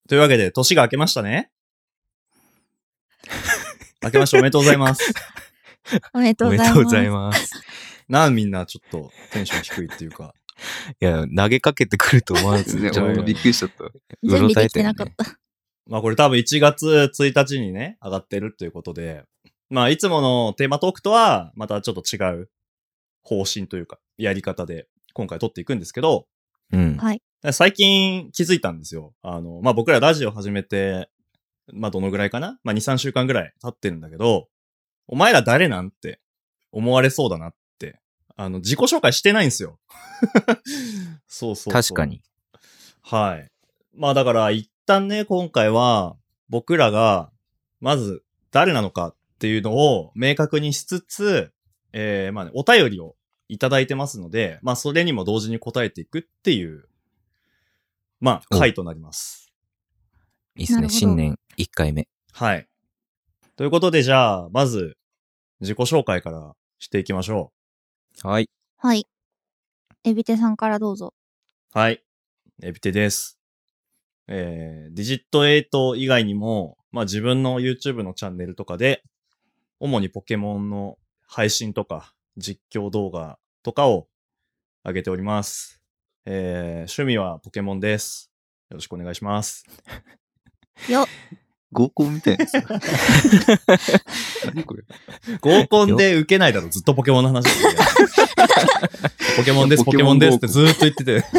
というわけで、年が明けましたね。明けましておめでとうございます。 おめでとうおめでとうございます。 みんなちょっとテンション低いっていうか。 いや、投げかけてくると思わず、 ね、 ちょっと俺もびっくりしちゃった。 準備できてなかった。 まあこれ多分1月1日にね、上がってるということで、まあいつものテーマトークとはまたちょっと違う方針というか、やり方で今回撮っていくんですけど、 うん。 はい。 最近気づいたんですよ。まあ僕らラジオ始めて、まあどのぐらいかな？まあ2、3週間ぐらい経ってるんだけど、お前ら誰なんって思われそうだなって、自己紹介してないんですよ。そうそうそう。 確かに。 はい。まあだから一旦ね、今回は僕らがまず誰なのかっていうのを明確にしつつ、まあね、お便りをいただいてますので、まあそれにも同時に答えていくっていう、まあ回となります。 いいっすね。 なるほど新年1回目。 はい。ということでじゃあ、まず自己紹介からしていきましょはい。 はい。エビテさんからどうぞ。 う。はい。エビテです。ディジット8以外にも、まあ自分の YouTube のチャンネルとかで、主にポケモンの配信とか実況動画とかを上げております。趣味はポケモンです。よろしくお願いします。 よ。 合コンみたいなさ。何これ。 合コンで受けないだろ、ずっとポケモンの話してる。ポケモンです、ポケモンですってずーっと言ってて。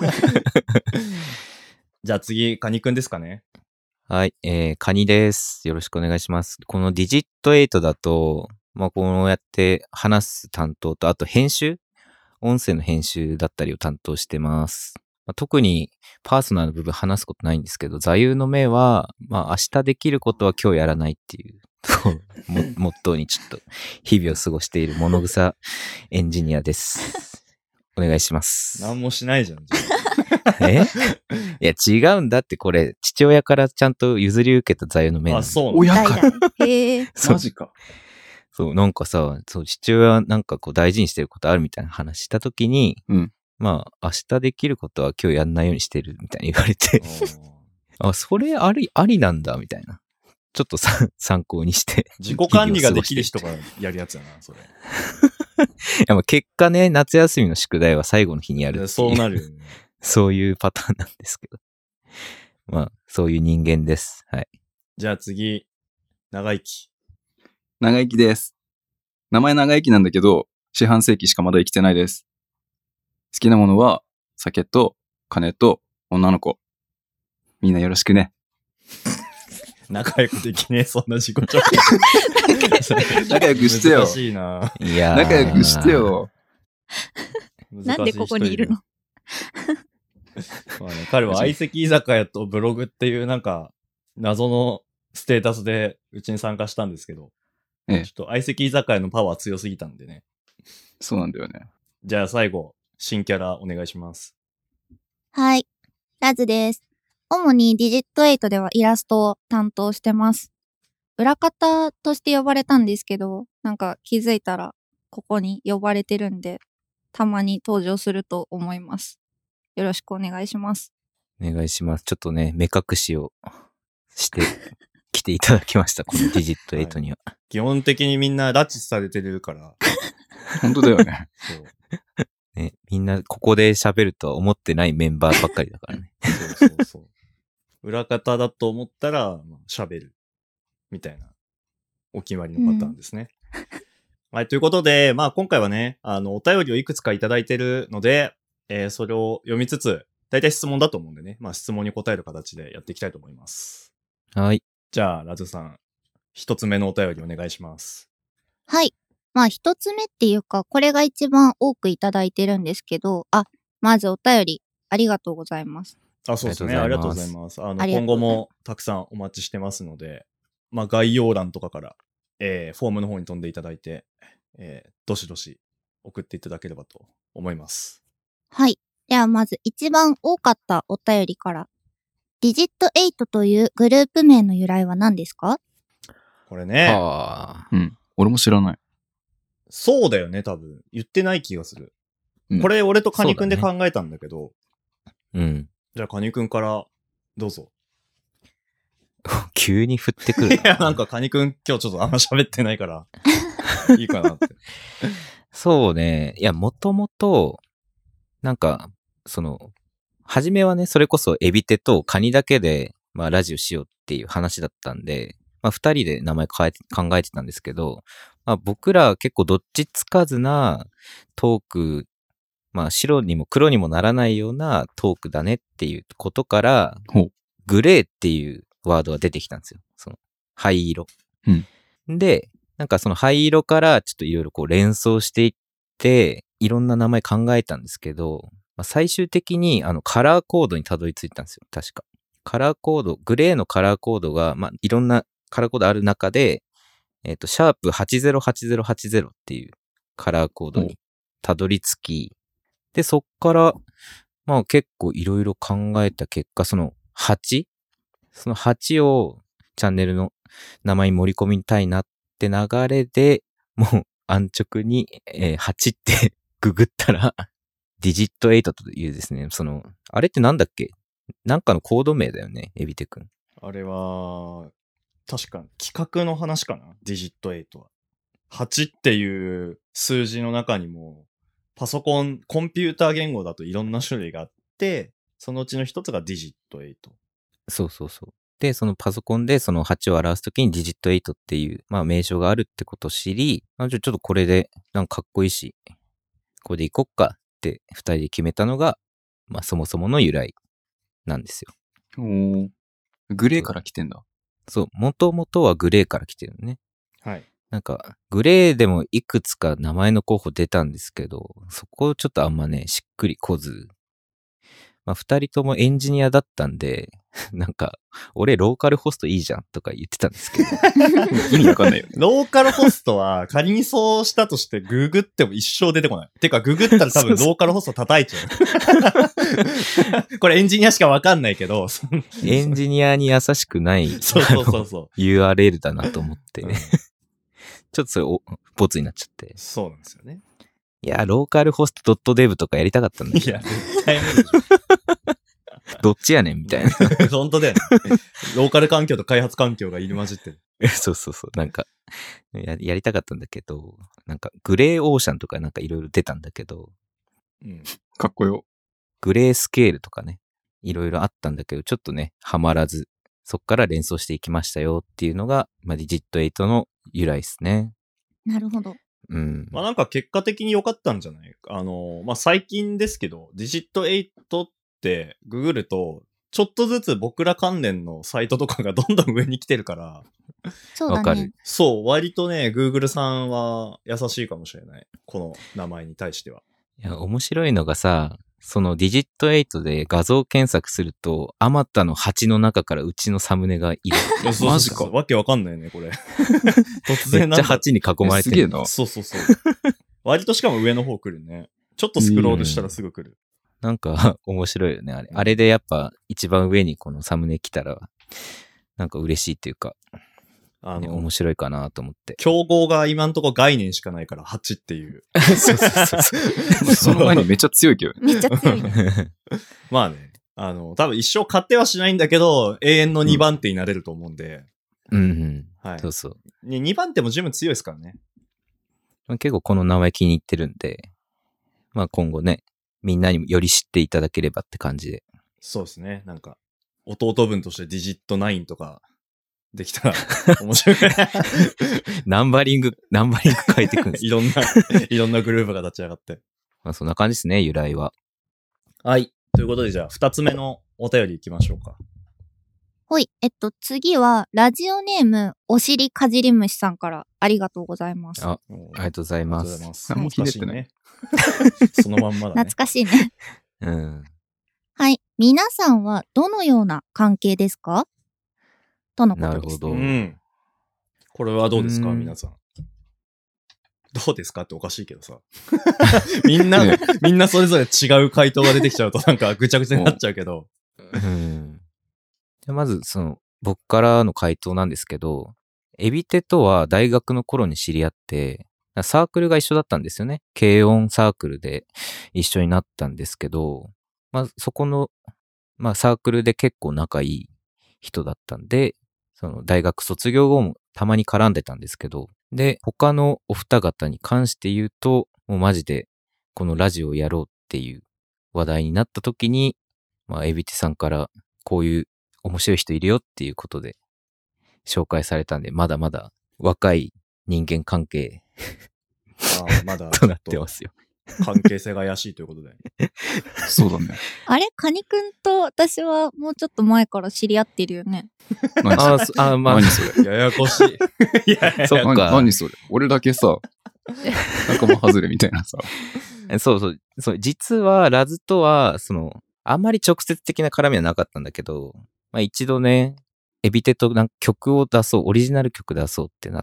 じゃあ次、カニくんですかね。 はい。カニです。よろしくお願いします。このディジット8だと、まあ、こうやって話す担当と、あと編集音声の編集だったりを担当してます。まあ、特にパーソナルの部分話すことないんですけど、座右の銘は、まあ、明日できることは今日やらないっていう、モットーにちょっと日々を過ごしている物草エンジニアです。お願いします。 なんもしないじゃん。じゃいや、違うんだって、これ、父親からちゃんと譲り受けた座右の銘あ、 なんだ。 そうなんだ。 親代か。 々。へえ。 そうマジか。 そう、なんかさ、そう、父親はなんかこう大事にしてることあるみたいな話したときに、 うん。 まあ、明日できることは今日やんないようにしてるみたいに言われて、あ、それありなんだ、みたいな。ちょっと参考にして。 自己管理ができる人がやるやつやな、それ。 いや、まあ結果ね、夏休みの宿題は最後の日にやるっていう。 そうなるよね。 そういうパターンなんですけど。まあ、そういう人間です。はい。 じゃあ次、長生き。 長生きです。名前長生きなんだけど、四半世紀しかまだ生きてないです。好きなものは、酒と金と女の子。みんなよろしくね。 仲良くできねえ、そんな自己紹介。 仲良くしてよ難しいな。 いやー仲良くして。よ。 なんでここにいるの？ まあね、彼は相席居酒屋とブログっていうなんか謎のステータスでうちに参加したんですけど、 ええちょっと相席居酒屋のパワー強すぎたんでね。 そうなんだよね。 じゃあ最後、新キャラお願いします。 はい。ラズです。主にディジット8ではイラストを担当してます。裏方として呼ばれたんですけど、なんか気づいたらここに呼ばれてるんで、たまに登場すると思います。よろしくお願いします。 お願いします。ちょっとね、目隠しをして来ていただきました。このディジット8には。 基本的にみんな拉致されてるから、 本当だよね。 そうね、みんなここで喋るとは思ってないメンバーばっかりだからね。 そうそうそう。裏方だと思ったら、まあ喋る。みたいな、お決まりのパターンですね。はい、ということで、まあ今回はね、お便りをいくつかいただいてるので、それを読みつつ、大体質問だと思うんでね、まあ質問に答える形でやっていきたいと思います。 はい。 じゃあ、ラズさん、一つ目のお便りお願いします。 はい。まあ一つ目っていうか、これが一番多くいただいてるんですけど、まずお便りありがとうございます。 あ、そうですね。ありがとうごありがとうございざいます。 ありがとうございます今後もたくさんお待ちしてますので、まあ概要欄とかから、フォームの方に飛んでいただいて、どしどし送っていただければと思います。 はい。ではまず一番多かったお便りから。ディジット8というグループ名の由来は何ですか？ これね、 はあ。 うん。俺も知らない。 そうだよね、多分。言ってない気がする。 うんこれ、俺とカニくんでそうだ考えたんだけど、 うん。 じゃあカニくんから、どうぞ。 急に振ってくるいや、なんかカニくん今日ちょっとあんま喋ってないから、いいかなって。 そうね。いや、もともと、なんか、初めはね、それこそエビテとカニだけで、まあ、ラジオしようっていう話だったんで、まあ、二人で名前考えてたんですけど、まあ、僕ら結構どっちつかずなトーク、まあ、白にも黒にもならないようなトークだねっていうことから、 ほう。 グレーっていうワードが出てきたんですよ。灰色。で、なんかその灰色からちょっといろいろこう連想していって、いろんな名前考えたんですけど、まあ、最終的にカラーコードにたどり着いたんですよ。確か。カラーコード、グレーのカラーコードが、まあ、いろんなカラーコードある中で、シャープ808080っていうカラーコードにたどり着き、で、そっから、まあ結構いろいろ考えた結果、その8をチャンネルの名前に盛り込みたいなって流れで、もう安直に、8ってググったら、ディジット8というですね、あれってなんだっけ？なんかのコード名だよね、エビテくん。 あれは、確か企画の話かな？ディジット8は。8っていう数字の中にも、コンピューター言語だといろんな種類があって、そのうちの一つがディジット8。 そうそうそう。で、そのパソコンでその8を表すときにディジット8っていう、まあ名称があるってことを知り、ちょっとこれでなんかかっこいいし、これでいこっかって2人で決めたのが、まあそもそもの由来なんですよ。 おー。グレーから来てんだ。 そう、もともとはグレーから来てるね。 はい。 なんか、グレーでもいくつか名前の候補出たんですけど、そこちょっとあんまね、しっくりこず、まあ二人ともエンジニアだったんで、なんか、俺ローカルホストいいじゃんとか言ってたんですけど、 意味わかんないよね。 ローカルホストは仮にそうしたとしてググっても一生出てこない。てかググったら多分ローカルホスト叩いちゃう。これエンジニアしかわかんないけど。 エンジニアに優しくないそうそうそうそう。 URL だなと思ってうんね。ちょっとそれボツになっちゃって。 そうなんですよね。 いや、ローカルホスト .dev とかやりたかったんだけど、 いや、絶対無理でしどっちやねんみたいな。 ょ。本当だよね。ローカル環境と開発環境が入り混じってる。 そうそうそう。なんかやりたかったんだけど、なんかグレーオーシャンとかなんかいろいろ出たんだけど、 うん。 かっこよ。 グレースケールとかね、いろいろあったんだけど、ちょっとね、はまらず、そっから連想していきましたよっていうのが、まあ、ディジット8の由来ですね。 なるほど。 うん。 まあなんか結果的に良かったんじゃない？まあ最近ですけど、ディジット8ってググると、ちょっとずつ僕ら関連のサイトとかがどんどん上に来てるから、 そうだわかるね。 そう、割とね、Google さんは優しいかもしれない。この名前に対しては。 いや、面白いのがさ、そのディジット8で画像検索すると、あまたの8の中からうちのサムネがいる。 いやそうマジかわけわかんないよね、これ。突めっちゃ然なんか 8に囲まれてる。 すげえな。 そうそうそう。割としかも上の方来るね。ちょっとスクロールしたらすぐ来る。 なんか面白いよね、あれ。あれでやっぱ一番上にこのサムネ来たら、なんか嬉しいっていうか、ね面白いかなと思って。 競合が今んとこ概念しかないから8っていう。 そうそうそうそう。 その前にめっちゃ強いけどね。 めっちゃ強いね。 まあね。多分一生勝ってはしないんだけど、永遠の2番手になれると思うんで。 うんうん。 はい。 そうそう。 2番手も十分強いですからね。 まあ結構この名前気に入ってるんで、まあ今後ね、みんなにもより知っていただければって感じで。 そうですね。なんか、弟分としてディジット9とかできたら面白い。 ナンバリング変えていくんですいろんなグループが立ち上がって。 まあそんな感じですね、由来は。 はい。ということでじゃあ、2つ目のお便り行きましょうか。 ほい。次は、ラジオネーム、おしりかじり虫さんからありがとうございます。 あ、ありがとうございまありがとうございす。 ます。 何もひねってない懐かしいね。そのまんまだね懐。かしいね。 うん。 はい。皆さんはどのような関係ですか？とのことです。 なるほど。 うん。これはどうですか、 うん皆さん。どうですかっておかしいけどさ。みんなそれぞれ違う回答が出てきちゃうとなんかぐちゃぐちゃになっちゃうけど。 うん。じゃあまず、僕からの回答なんですけど、エビテとは大学の頃に知り合って、サークルが一緒だったんですよね。軽音サークルで一緒になったんですけど、まあそこの、まあサークルで結構仲いい人だったんで、 その大学卒業後もたまに絡んでたんですけど、で、他のお二方に関して言うと、もうマジでこのラジオをやろうっていう話題になった時に、まあ、エビテさんからこういう面白い人いるよっていうことで紹介されたんで、まだまだ若い人間関係まだとなってますよ。 関係性が怪しいということで。 そうだね。 あれカニくんと私はもうちょっと前から知り合ってるよね。 何それまあ、 何それややこしい。いやそっか何それ俺だけさ、仲間外れみたいなさ。 そう、実はラズとは、あんまり直接的な絡みはなかったんだけど、まあ一度ね、エビテとなんか曲を出そう、オリジナル曲出そうってなって、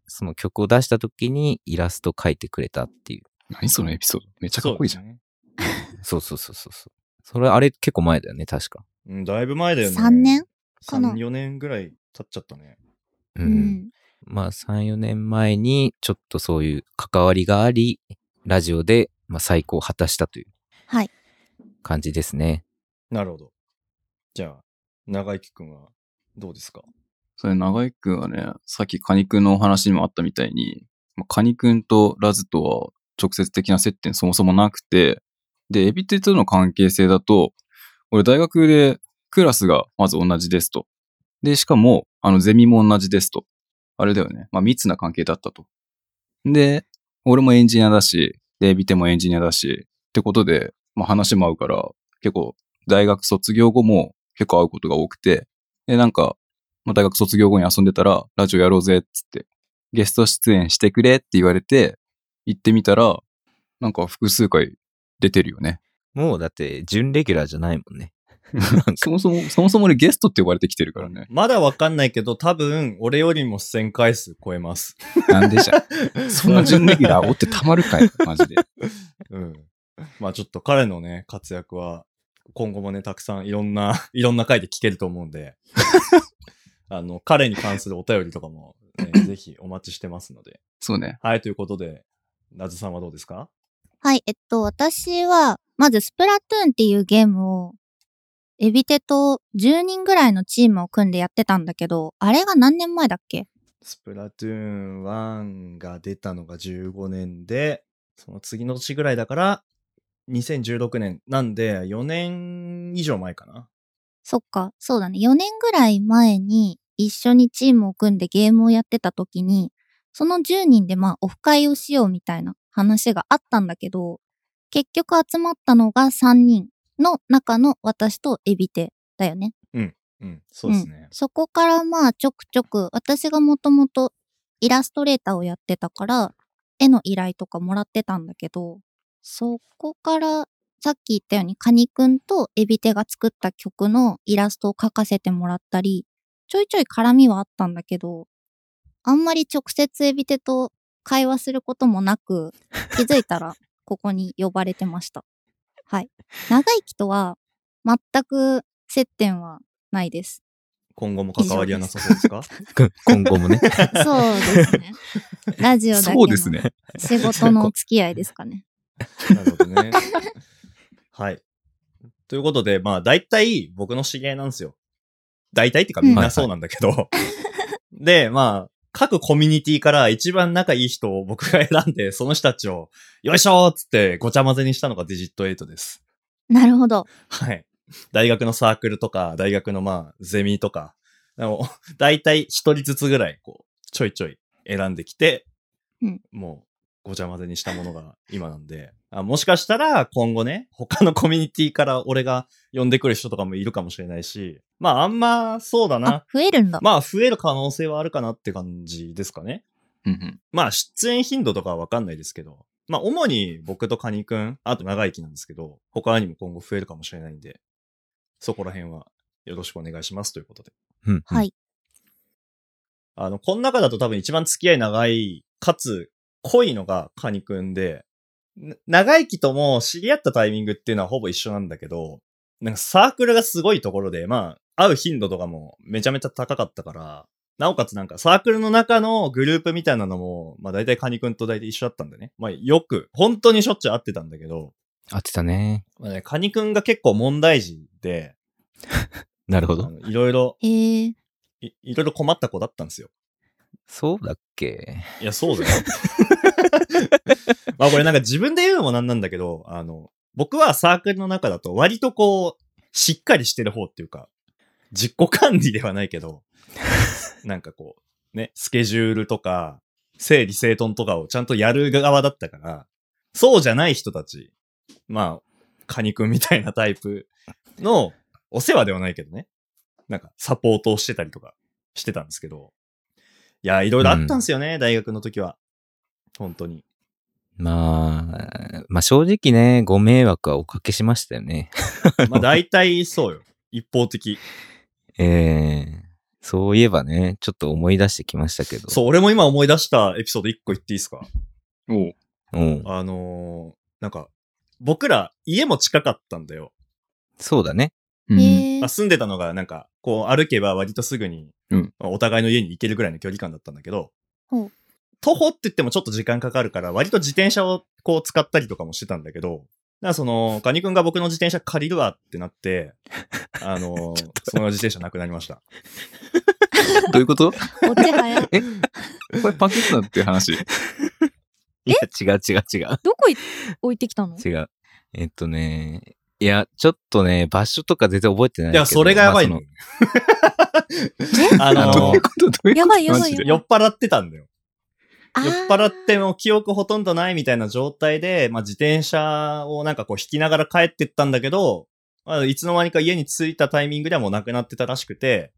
その曲を出した時にイラスト描いてくれたっていう。 何そのエピソードめっちゃかっこいいじゃん。 そう。それ、あれ結構前だよね、確か。 うん、だいぶ前だよね。 3年かな ?3、4年ぐらい経っちゃったね。 う。 うんん。 まあ3、4年前にちょっとそういう関わりがあり、ラジオでまあ最高を果たしたというはい。 感じですね。 なるほど。じゃあ、長生くんはどうですか？ それ、長井くんはね、さっきカニくんのお話にもあったみたいに、カニくんとラズとは直接的な接点そもそもなくて、で、エビテとの関係性だと、俺大学でクラスがまず同じですと。で、しかも、ゼミも同じですと。あれだよね。まあ、密な関係だったと。で、俺もエンジニアだし、で、エビテもエンジニアだし、ってことで、まあ話も合うから、結構、大学卒業後も結構会うことが多くて、で、なんか、まあ、大学卒業後に遊んでたら、ラジオやろうぜっつって、ゲスト出演してくれって言われて、行ってみたら、なんか複数回出てるよね。 もうだって準レギュラーじゃないもんね。 そもそも俺ゲストって呼ばれてきてるからね。 まだわかんないけど、多分、俺よりも出演回数超えます。 なんでじゃん。そんな準レギュラー追ってたまるかいマジで。 うん。まあちょっと彼のね、活躍は、今後もね、たくさんいろんな回で聞けると思うんで、彼に関するお便りとかも、ね、ぜひお待ちしてますので。 そうね。 はい、ということで、ナズさんはどうですか？ はい。私は、まずスプラトゥーンっていうゲームを、エビテと10人ぐらいのチームを組んでやってたんだけど、あれが何年前だっけ？ スプラトゥーン1が出たのが15年で、その次の年ぐらいだから、2016年。なんで、4年以上前かな。 そっか、そうだね。4年ぐらい前に一緒にチームを組んでゲームをやってた時に、その10人でまあオフ会をしようみたいな話があったんだけど、結局集まったのが3人の中の私とエビテだよね。 うん、そうですね。 そこからまあちょくちょく、私がもともとイラストレーターをやってたから、絵の依頼とかもらってたんだけど、そこからさっき言ったようにカニくんとエビテが作った曲のイラストを描かせてもらったり、ちょいちょい絡みはあったんだけど、あんまり直接エビテと会話することもなく、気づいたらここに呼ばれてました。はい。長生きとは全く接点はないです。 今後も関わりはなさそうですか？ 今後もね。 そうですね。ラジオだけそうですねの仕事の付き合いですかね。 なるほどね。はい。ということで、まあ、大体僕の知り合いなんですよ。大体ってかみんなそうなんだけど。で、まあ、各コミュニティから一番仲いい人を僕が選んで、その人たちを、よいしょーっつってごちゃ混ぜにしたのがディジット8です。 なるほど。 はい。大学のサークルとか、大学のまあ、ゼミとか、大体一人ずつぐらい、こう、ちょいちょい選んできて、もう、ごちゃ混ぜにしたものが今なんで、もしかしたら今後ね、他のコミュニティから俺が呼んでくる人とかもいるかもしれないし、まああんまそうだな。 増えるんだ。 まあ増える可能性はあるかなって感じですかね。まあ出演頻度とかはわかんないですけど、まあ主に僕とカニくん、あと長生きなんですけど、他にも今後増えるかもしれないんで、そこら辺はよろしくお願いしますということで。 はい。 この中だと多分一番付き合い長い、かつ濃いのがカニくんで、長生きとも知り合ったタイミングっていうのはほぼ一緒なんだけど、なんかサークルがすごいところで、まあ、会う頻度とかもめちゃめちゃ高かったから、なおかつなんかサークルの中のグループみたいなのも、まあ大体カニくんと大体一緒だったんでね。まあよく、本当にしょっちゅう会ってたんだけど、 合ってたね。 まあね、カニくんが結構問題児で、 なるほど。 いろいろ、 いろいろ困った子だったんですよ。 そうだっけ？ いや、そうだよ。まあこれなんか自分で言うのもなんなんだけど、僕はサークルの中だと割とこう、しっかりしてる方っていうか、実行管理ではないけど、なんかこう、ね、スケジュールとか、整理整頓とかをちゃんとやる側だったから、そうじゃない人たち、まあ、カニ君みたいなタイプのお世話ではないけどね、なんかサポートをしてたりとかしてたんですけど、いや、いろいろあったんですよね、大学の時は。本当に。 まあ正直ね、ご迷惑はおかけしましたよね。 まあ大体そうよ。一方的。 そういえばね、ちょっと思い出してきましたけど。 そう、俺も今思い出したエピソード1個言っていいですか？ おう。 うん。 なんか、僕ら家も近かったんだよ。 そうだね。 うん。 へー。 まあ住んでたのがなんか、こう歩けば割とすぐに、 うんお互いの家に行けるぐらいの距離感だったんだけど、 ほう。 徒歩って言ってもちょっと時間かかるから、割と自転車をこう使ったりとかもしてたんだけど、だからその、カニ君が僕の自転車借りるわってなって、その自転車なくなりました。 どういうこと？ お手早い。 これパクったっていう話。 いや、違う。 どこ置いてきたの？ 違う。いや、ちょっとね、場所とか全然覚えてないけど。 いや、それがやばいの。 どういうこと？どういうこと？ やばいやばいマジでやばい酔っ払ってたんだよ。 あー酔っ払っても記憶ほとんどないみたいな状態で、まあ、自転車をなんかこう引きながら帰ってったんだけど、まあ、いつの間にか家に着いたタイミングではもうなくなってたらしくて、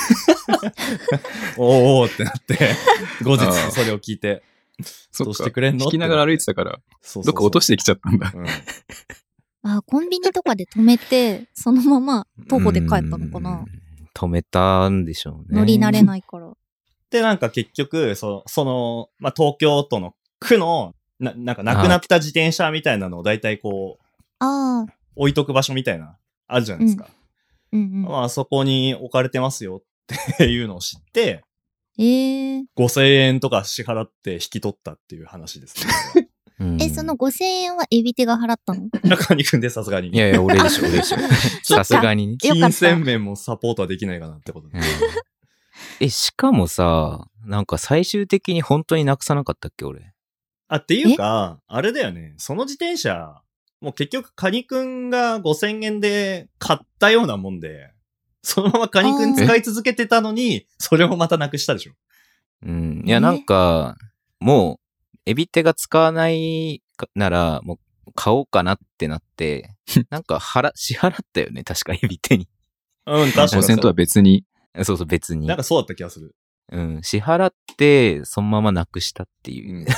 おーってなって、後日あーそれを聞いて、 そっかどうしてくれんの引きながら歩いてたから、 そうどっか落としてきちゃったんだ。 うんあ、コンビニとかで止めて、そのまま徒歩で帰ったのかう。 なん止めたんでしょうね。 乗り慣れないから。 で、なんか結局、まあ、東京都の区の、なんかなくなった自転車みたいなのを大体こう、 ああ、 置いとく場所みたいな、あるじゃないですか。 うんうん。 まあ、そこに置かれてますよっていうのを知って、5000円とか支払って引き取ったっていう話ですね。 うんその5000円はエビテが払ったの？ 中に組んでさすがに。 いやいや、俺でしょ。さすがにね。 よかった金銭面もサポートはできないかなってことで。 しかもさ、なんか最終的に本当になくさなかったっけ、俺。 あ、っていうか、あれだよね。その自転車、もう結局カニくんが5000円で買ったようなもんで、そのままカニくん使い続けてたのに、それをまたなくしたでしょ。 うん。いや、なんか、もう、エビテが使わないなら、もう買おうかなってなって、なんか支払ったよね、確かエビテに。 うん、確かに。 5000とは別に。 そうそう、別になん。かそうだった気がする。 うん。支払って、そのままなくしたっていうう。 ん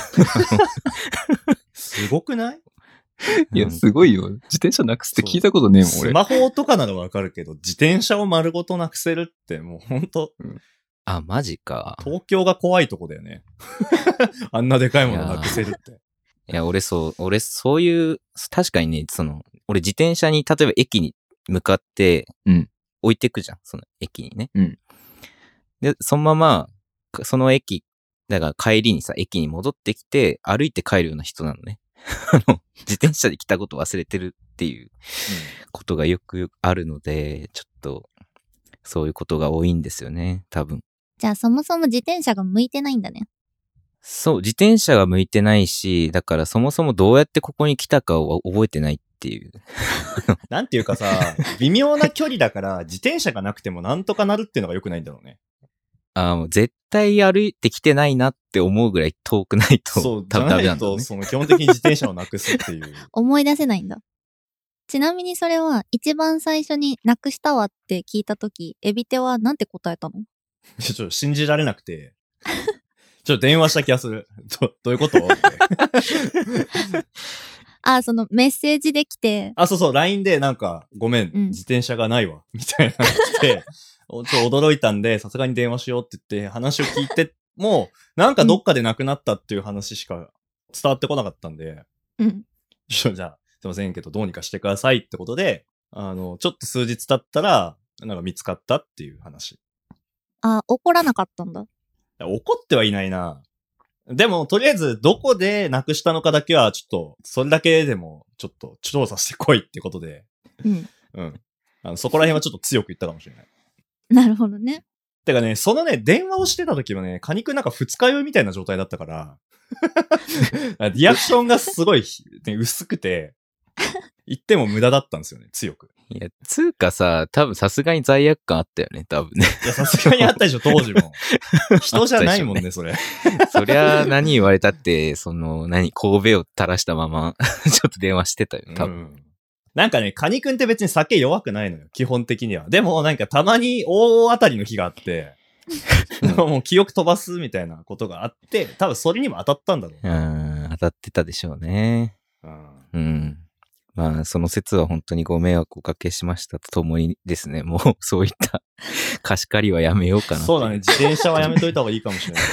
すごくない？ いや、 うんすごいよ。自転車なくすって聞いたことねえもん、俺。 スマホとかならわかるけど、自転車を丸ごとなくせるってもうほんと、 あ、マジか。 東京が怖いとこだよね。あんなでかいものなくせるって。 いや、俺そういう、確かにね、俺自転車に、例えば駅に向かってうん、 置いてくじゃん、その駅にね。 うんで、そのまま、その駅、だから帰りにさ、駅に戻ってきて、歩いて帰るような人なのね。自転車で来たこと忘れてるっていうことがよくあるので、ちょっと、そういうことが多いんですよね、多分。 じゃあそもそも自転車が向いてないんだね。 そう、自転車が向いてないし、だからそもそもどうやってここに来たかを覚えてないっていう。 なんていうかさ、微妙な距離だから、自転車がなくてもなんとかなるっていうのが良くないんだろうね。 もう絶対歩いてきてないなって思うぐらい遠くないと、 そう、じ多ゃないと、 分ダメなんだろうね。 その基本的に自転車をなくすっていう。 思い出せないんだ。ちなみにそれは一番最初になくしたわって聞いたとき、エビテはなんて答えたの？ ちょっと信じられなくて、ちょっと電話した気がする。どういうことってあ、そのメッセージで来て、 あ、そうそう、LINE でなんか、ごめん、 うん自転車がないわ、みたいなの来て、ちょっと驚いたんで、さすがに電話しようって言って話を聞いても、なんかどっかでなくなったっていう話しか伝わってこなかったんで、 うん。 じゃあ、すいませんけど、どうにかしてくださいってことで、ちょっと数日経ったら、なんか見つかったっていう話。 あ、怒らなかったんだ。 怒ってはいないな。でも、とりあえず、どこでなくしたのかだけは、ちょっと、それだけでも、ちょっと調査してこいってことで、 うん。 うん。そこら辺はちょっと強く言ったかもしれない。 なるほどね。 てかね、そのね、電話をしてた時はね、カニくんなんか二日酔いみたいな状態だったから、リアクションがすごい、ね、薄くて、言っても無駄だったんですよね、強く。 いや、つうかさ、多分さすがに罪悪感あったよね、多分ね。 いや、さすがにあったでしょ、当時も。人じゃないもんね、それ。 そりゃ何言われたって、その、神戸を垂らしたまま、ちょっと電話してたよ、多分。 うんなんかね、カニくんって別に酒弱くないのよ、基本的には。でもなんかたまに大当たりの日があって、もう記憶飛ばすみたいなことがあって、多分それにも当たったんだろう。 当たってたでしょうね。まあ、その説は本当にご迷惑をおかけしましたとともにですね、もうそういった貸し借りはやめようかな。 そうだね、自転車はやめといた方がいいかもしれない。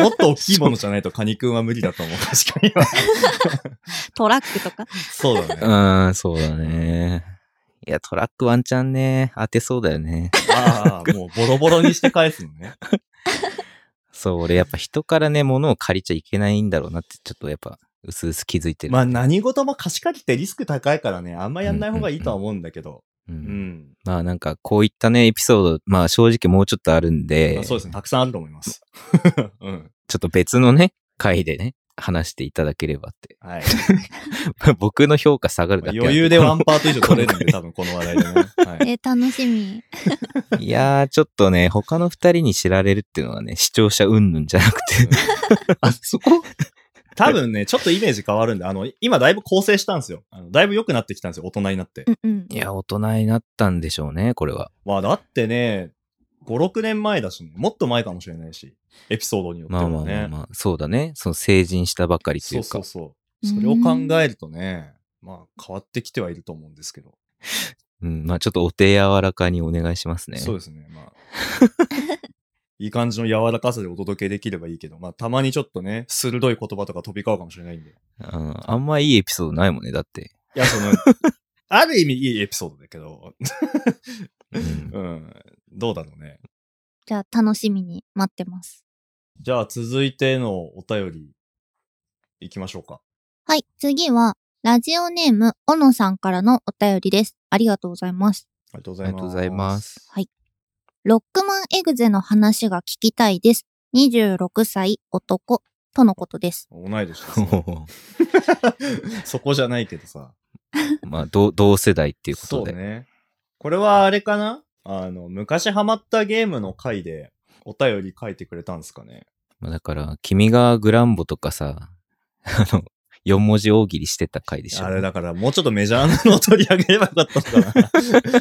もっと大きいものじゃないとカニくんは無理だと思う、確かには。 トラックとか。 そうだね。 そうだね。いや、トラックワンチャンね、当てそうだよね。 ああ、もうボロボロにして返すのね。 そう、俺やっぱ人からね、物を借りちゃいけないんだろうなって、ちょっとやっぱ、うすうす気づいてる。 まあ何事も貸し借りってリスク高いからね、あんまやんない方がいいとは思うんだけど。 まあなんかこういったね、エピソード、まあ正直もうちょっとあるんで。 そうですね、たくさんあると思います。 ちょっと別のね、回でね、話していただければって。 はい。 僕の評価下がるだけ余裕でワンパート以上取れるんで、多分この話題でね。はい、 楽しみ。 いやー、ちょっとね、他の二人に知られるっていうのはね、視聴者云々じゃなくて。 あ、そこ多分ね、ちょっとイメージ変わるんで、今だいぶ構成したんですよ。だいぶ良くなってきたんですよ、大人になって。 いや、大人になったんでしょうね、これは。 まあだってね、5、6年前だしね、もっと前かもしれないし、エピソードによってはね。 まあ、そうだね。その成人したばかりというか。 そう。それを考えるとね、まあ変わってきてはいると思うんですけど。 まあちょっとお手柔らかにお願いしますね。 そうですね、まあ。いい感じの柔らかさでお届けできればいいけど、まあたまにちょっとね、鋭い言葉とか飛び交うかもしれないんで。 あんまいいエピソードないもんね、だって。 いや、ある意味いいエピソードだけど、どうだろうね。 じゃあ楽しみに待ってます。 じゃあ続いてのお便り、行きましょうか。 はい、次は、ラジオネーム、小野さんからのお便りです。ありがとうございます。 ありがとうございます。 はい。ロックマンエグゼの話が聞きたいです。26歳男とのことです。 同い年ですね。そこじゃないけどさ。 まあ、同世代っていうことで。 そうね。これはあれかな？昔ハマったゲームの回でお便り書いてくれたんですかね。 まあ、だから、君がグランボとかさ、4文字大喜利してた回でしょ。 あれだからもうちょっとメジャーなのを取り上げればよかったのかな。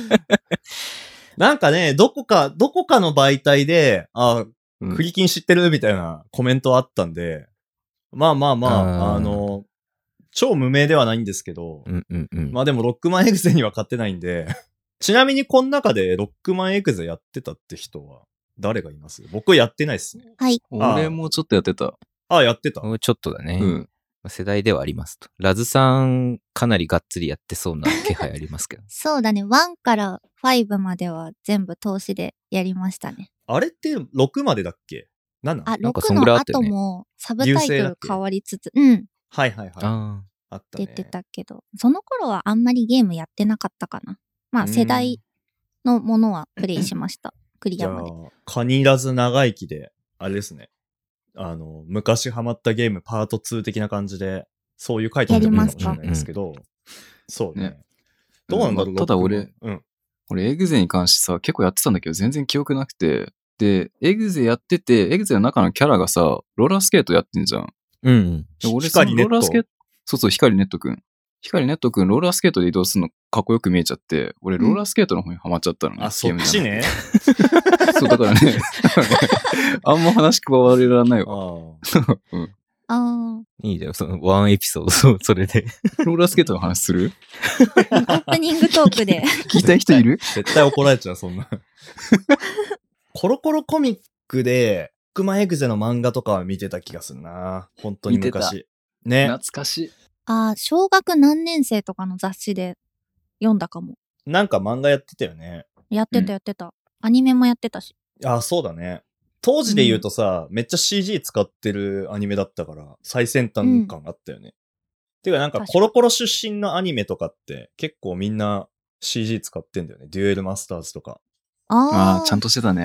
なんかね、どこかの媒体で、クリキン知ってるみたいなコメントあったんで、まあ、超無名ではないんですけど、まあでもロックマンエグゼには勝ってないんで、ちなみにこの中でロックマンエグゼやってたって人は誰がいます？僕やってないっすね。 はい。 俺もちょっとやってた。 やってた。 ちょっとだね。世代ではありますと。ラズさん、かなりがっつりやってそうな気配ありますけど。 そうだね。1から5までは全部通しでやりましたね。 あれって6までだっけ？ 7？ 6の後もサブタイトル変わりつつ、 はい。 あったね。 出てたけど、その頃はあんまりゲームやってなかったかな。まあ世代のものはプレイしました。クリアまで。 じゃあ、カニラズ長生きで、あれですね。昔ハマったゲームパート2的な感じで、そういう回答もいいかもしれないですけど、そうね。どうなんだろう、 ただ俺エグゼに関してさ、結構やってたんだけど全然記憶なくて、で、エグゼやってて、エグゼの中のキャラがさ、ローラースケートやってんじゃん。俺さ、ローラースケート、そう、光ネットくん。光ネットくん、ローラースケートで移動するのかっこよく見えちゃって、俺、ローラースケートの方にハマっちゃったのね。 そっちね。 そう、だからね、あんま話加われらないわ。 いいじゃん、そのワンエピソード、それで。 ローラースケートの話する？ オープニングトークで。 聞きたい人いる？ 絶対怒られちゃう、そんな。コロコロコミックで、ロックマンエグゼの漫画とかは見てた気がするな。本当に昔。ね。 懐かしい。 小学何年生とかの雑誌で読んだかも。 なんか漫画やってたよね。 やってた。アニメもやってたし。 そうだね。当時で言うとさ、めっちゃ CG 使ってるアニメだったから、最先端感あったよね。てかなんかコロコロ出身のアニメとかって結構みんな CG 使ってんだよね。デュエルマスターズとか。 ちゃんとしてたね。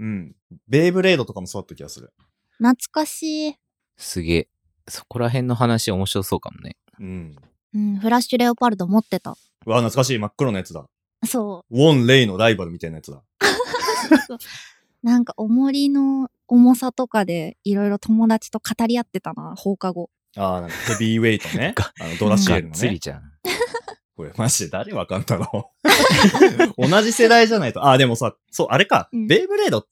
うん。ベイブレードとかもそうだった気がする。 懐かしい。 すげえ。そこら辺の話面白そうかもね。 うん。 うん、フラッシュレオパルド持ってた。 うわ、懐かしい。真っ黒のやつだ。 そウォン・レイのライバルみたいなやつだ。 う。なんか重りの重さとかでいろいろ友達と語り合ってたな、放課後。 ああ、なんかヘビーウェイトねが。 ドラシがっエルのね。 つりじゃん。 これマジで誰わかんだろう同じ世代じゃないと。あ、でもさ、そう、あれか。 うんベイブレードって、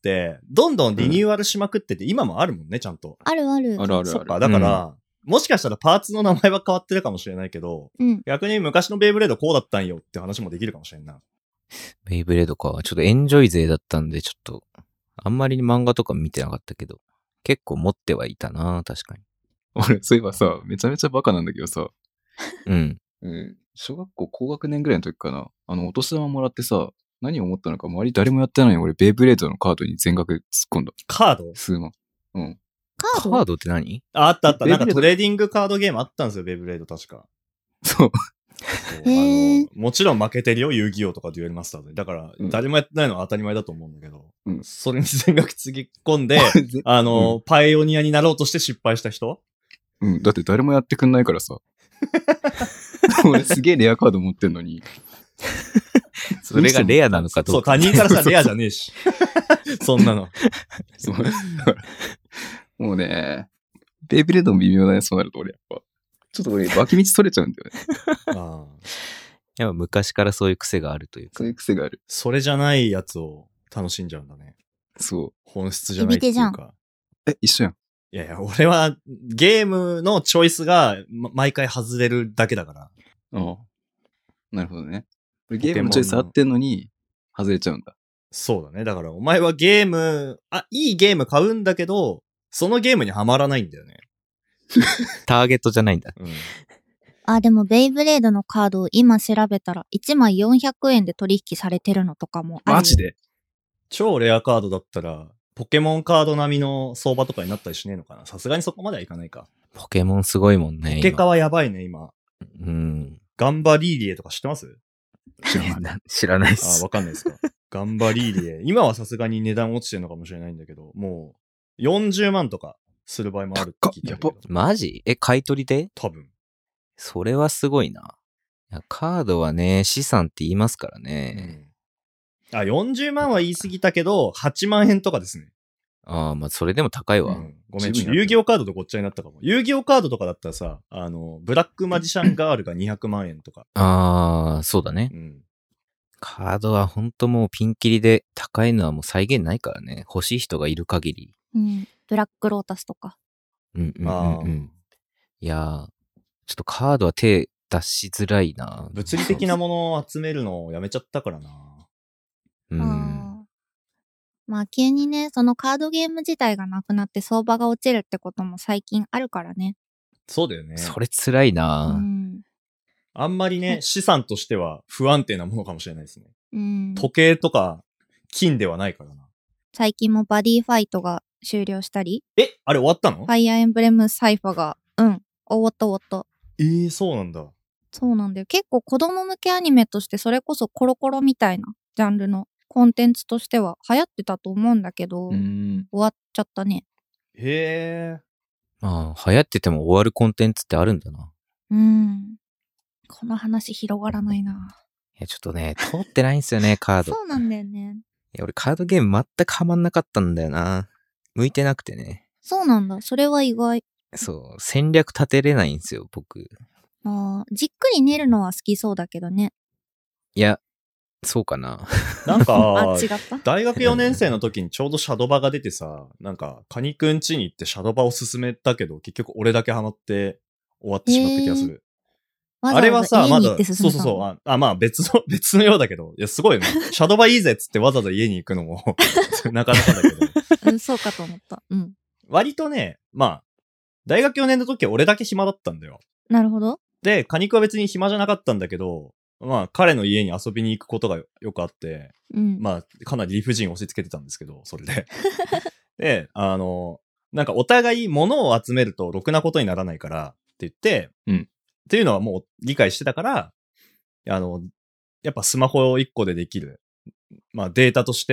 どんどんリニューアルしまくってて、今もあるもんね、ちゃんと。 あるある。 あるあるそっか、 ある。 だから、もしかしたらパーツの名前は変わってるかもしれないけど、 うん。 逆に昔のベイブレードこうだったんよって話もできるかもしれんな。 ベイブレードか。ちょっとエンジョイ勢だったんで、ちょっと、あんまり漫画とか見てなかったけど、結構持ってはいたな、確かに。 俺、そういえばさ、めちゃめちゃバカなんだけどさ、 うん。 小学校高学年ぐらいの時かな、お年玉もらってさ、何を思ったのか周り誰もやってないのに俺、ベイブレードのカードに全額突っ込んだ。 カード数万。うん。 カードカードって何？ あったあった。 ベイブレードなんかトレーディングカードゲームあったんですよ、ベイブレード確か。 そう。 そうへーもちろん負けてるよ、遊戯王とかデュエルマスターで。だから、 うん誰もやってないのは当たり前だと思うんだけど、 うんそれに全額つぎ込んで、パイオニアになろうとして失敗した人うん。だって誰もやってくんないからさ。俺すげえレアカード持ってんのに。 それがレアなのかどそうう、 か。 他人からしたらレアじゃねえし。そんなの。 そう。もうね、ベイブレードも微妙だね、そうなると俺やっぱ。ちょっと俺、脇道それちゃうんだよね。 ああやっぱ昔からそういう癖があるというかそう。いう癖がある。 それじゃないやつを楽しんじゃうんだね。 そ本質じゃないっていう響か。 う。一緒やん。 いやいや、俺はゲームのチョイスが、毎回外れるだけだから。 ああ。なるほどね。俺ゲームのチョイス合ってんのに、外れちゃうんだ。 そうだね。だからお前はゲーム、いいゲーム買うんだけど、そのゲームにはまらないんだよね。 ターゲットじゃないんだ。 うん。 あ、でもベイブレードのカードを今調べたら1枚400円で取引されてるのとかもあるよ。 マジで超レアカードだったら、ポケモンカード並みの相場とかになったりしねえのかな。さすがにそこまではいかないか。 ポケモンすごいもんね。 ポケカはやばいね、今。 うん。 ガンバリーリエとか知ってます知らないっあ、 す。 わかんないですか。ガンバリーリエ。今はさすがに値段落ちてるのかもしれないんだけど、もう40万とかする場合もあるって聞いたんだけど。 マジ？買い取りで？ 多分。 それはすごいな。いや、カードはね、資産って言いますからうね。 ん。40万は言い過ぎたけど、8万円とかですね。 ああ、まあ、それでも高いわ。 ごめん、 十分やってる遊戯王カードとごっちゃになったかも。遊戯王カードとかだったらさ、ブラックマジシャンガールが200万円とか。 ああ、そうだね。 うん。 カードはほんともうピンキリで高いのはもう再現ないからね。欲しい人がいる限り。 うん。ブラックロータスとか。 うんうんうんあーうん。いやー、ちょっとカードは手出しづらいな。 物理的なものを集めるのをやめちゃったからな。 うん。 あーまあ急にね、そのカードゲーム自体がなくなって相場が落ちるってことも最近あるからね。 そうだよね。 それ辛いうな。 ん。 あんまりね、資産としては不安定なものかもしれないですね。 うん。 時計とか金ではないからな。 最近もバディファイトが終了したり、 あれ終わったのファイアーエンブレムサイファが、終わった終わった。 そうなんだ。 そうなんだよ。結構子供向けアニメとしてそれこそコロコロみたいなジャンルのコンテンツとしては流行ってたと思うんだけど、終わっちゃったね。 へえ。 まあ、流行ってても終わるコンテンツってあるんだな。 この話広がらないな。 いや、ちょっとね、通ってないんですよね、カード。 そうなんだよね。 いや、俺カードゲーム全くハマんなかったんだよな。向いてなくてね。 そうなんだ。それは意外。 そう、戦略立てれないんですよ、僕。 じっくり練るのは好きそうだけどね。 いや、そうかな。 なんか違った大学4年生の時にちょうどシャドバが出てさ、なんか、カニくん家に行ってシャドバを進めたけど、結局俺だけハマって終わってしまった気がする。あれはさ、まだ、そうそうそう。まあ別のようだけど、いや、すごいよね。シャドバいいぜっつってわざわざ家に行くのも、なかなかだけど。 そうかと思った。 割とね、まあ、大学4年の時は俺だけ暇だったんだよ。 なるほど。 で、カニクは別に暇じゃなかったんだけど、まあ、彼の家に遊びに行くことがよくあって、まあ、かなり理不尽を押し付けてたんですけど、それで。で、なんかお互い物を集めるとろくなことにならないからって言って、っていうのはもう理解してたから、やっぱスマホ1個でできる。まあデータとして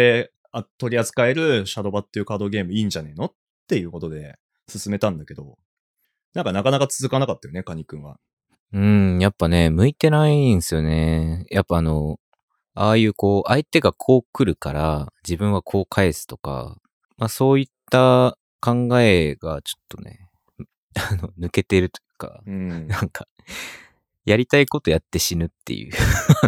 取り扱えるシャドバっていうカードゲームいいんじゃねえのっていうことで進めたんだけど、なんかなかなか続かなかったよね、カニ君は。 やっぱね、向いてないんですよね。やっぱああいう相手がこう来るから、自分はこう返すとか、まあそういった考えがちょっとね、抜けてるというか、なんか、やりたいことやって死ぬっていう。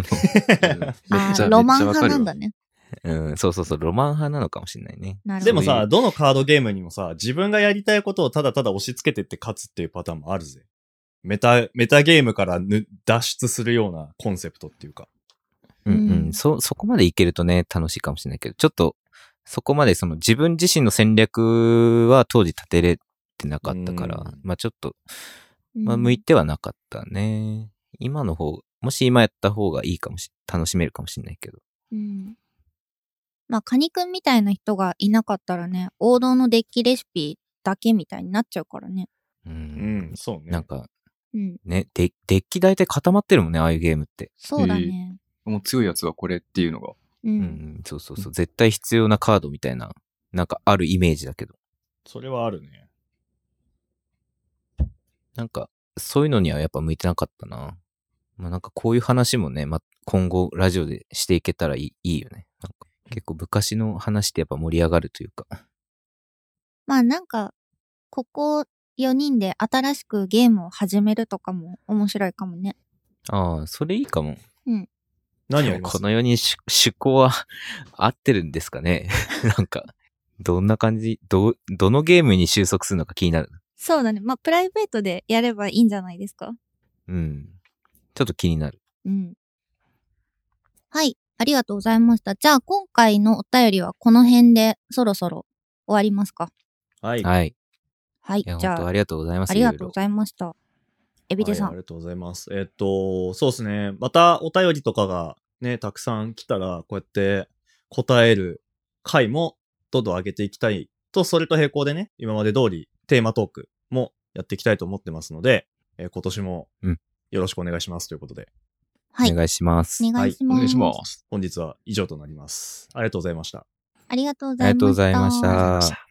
ロマン派なんだね。 そうそうそう、ロマン派なのかもしれないね。 なるほど。 でもさ、どのカードゲームにもさ、自分がやりたいことをただただ押し付けてって勝つっていうパターンもあるぜ。メタゲームから脱出するようなコンセプトっていうか。 そこまでいけるとね、楽しいかもしれないけど、ちょっと、そこまでその自分自身の戦略は当時立てれてなかったから、まあちょっと、まあ向いてはなかったね。今の方、もし今やった方がいいかも楽しめるかもしれないけど。 まあカニくんみたいな人がいなかったらね、王道のデッキレシピだけみたいになっちゃうからね。 そうね。 なんか、ね、デッキ大体固まってるもんね、ああいうゲームって。 そうだね。 もう強いやつはこれっていうのが。 そうそうそう。絶対必要なカードみたいな、なんかあるイメージだけど。 それはあるね。 なんか、そういうのにはやっぱ向いてなかったな。まあなんかこういう話もね、今後ラジオでしていけたらいいよね。なんか結構昔の話ってやっぱ盛り上がるというか。 まあなんか、ここ4人で新しくゲームを始めるとかも面白いかもね。 ああ、それいいかも。 何やります？ この4人趣向は合ってるんですかね。なんか、どんな感じ、どのゲームに収束するのか気になる。 そうだね。まあプライベートでやればいいんじゃないですか。 ちょっと気になる。 はい。ありがとうございました。じゃあ今回のお便りはこの辺でそろそろ終わりますか。 はい。 はい。 じゃあ、 じゃあ、 ありがとうございます。 ありがとうございました。エビデさん。 ありがとうございます。そうですね。またお便りとかがね、たくさん来たら、こうやって答える回もどんどん上げていきたいと、それと並行でね、今まで通りテーマトークもやっていきたいと思ってますので、今年もよろしくお願いしますということで。 はい。 お願いします。 お願いします。 お願いします。 本日は以上となります。ありがとうございました。 ありがとうごありがとうございまざいました。 した。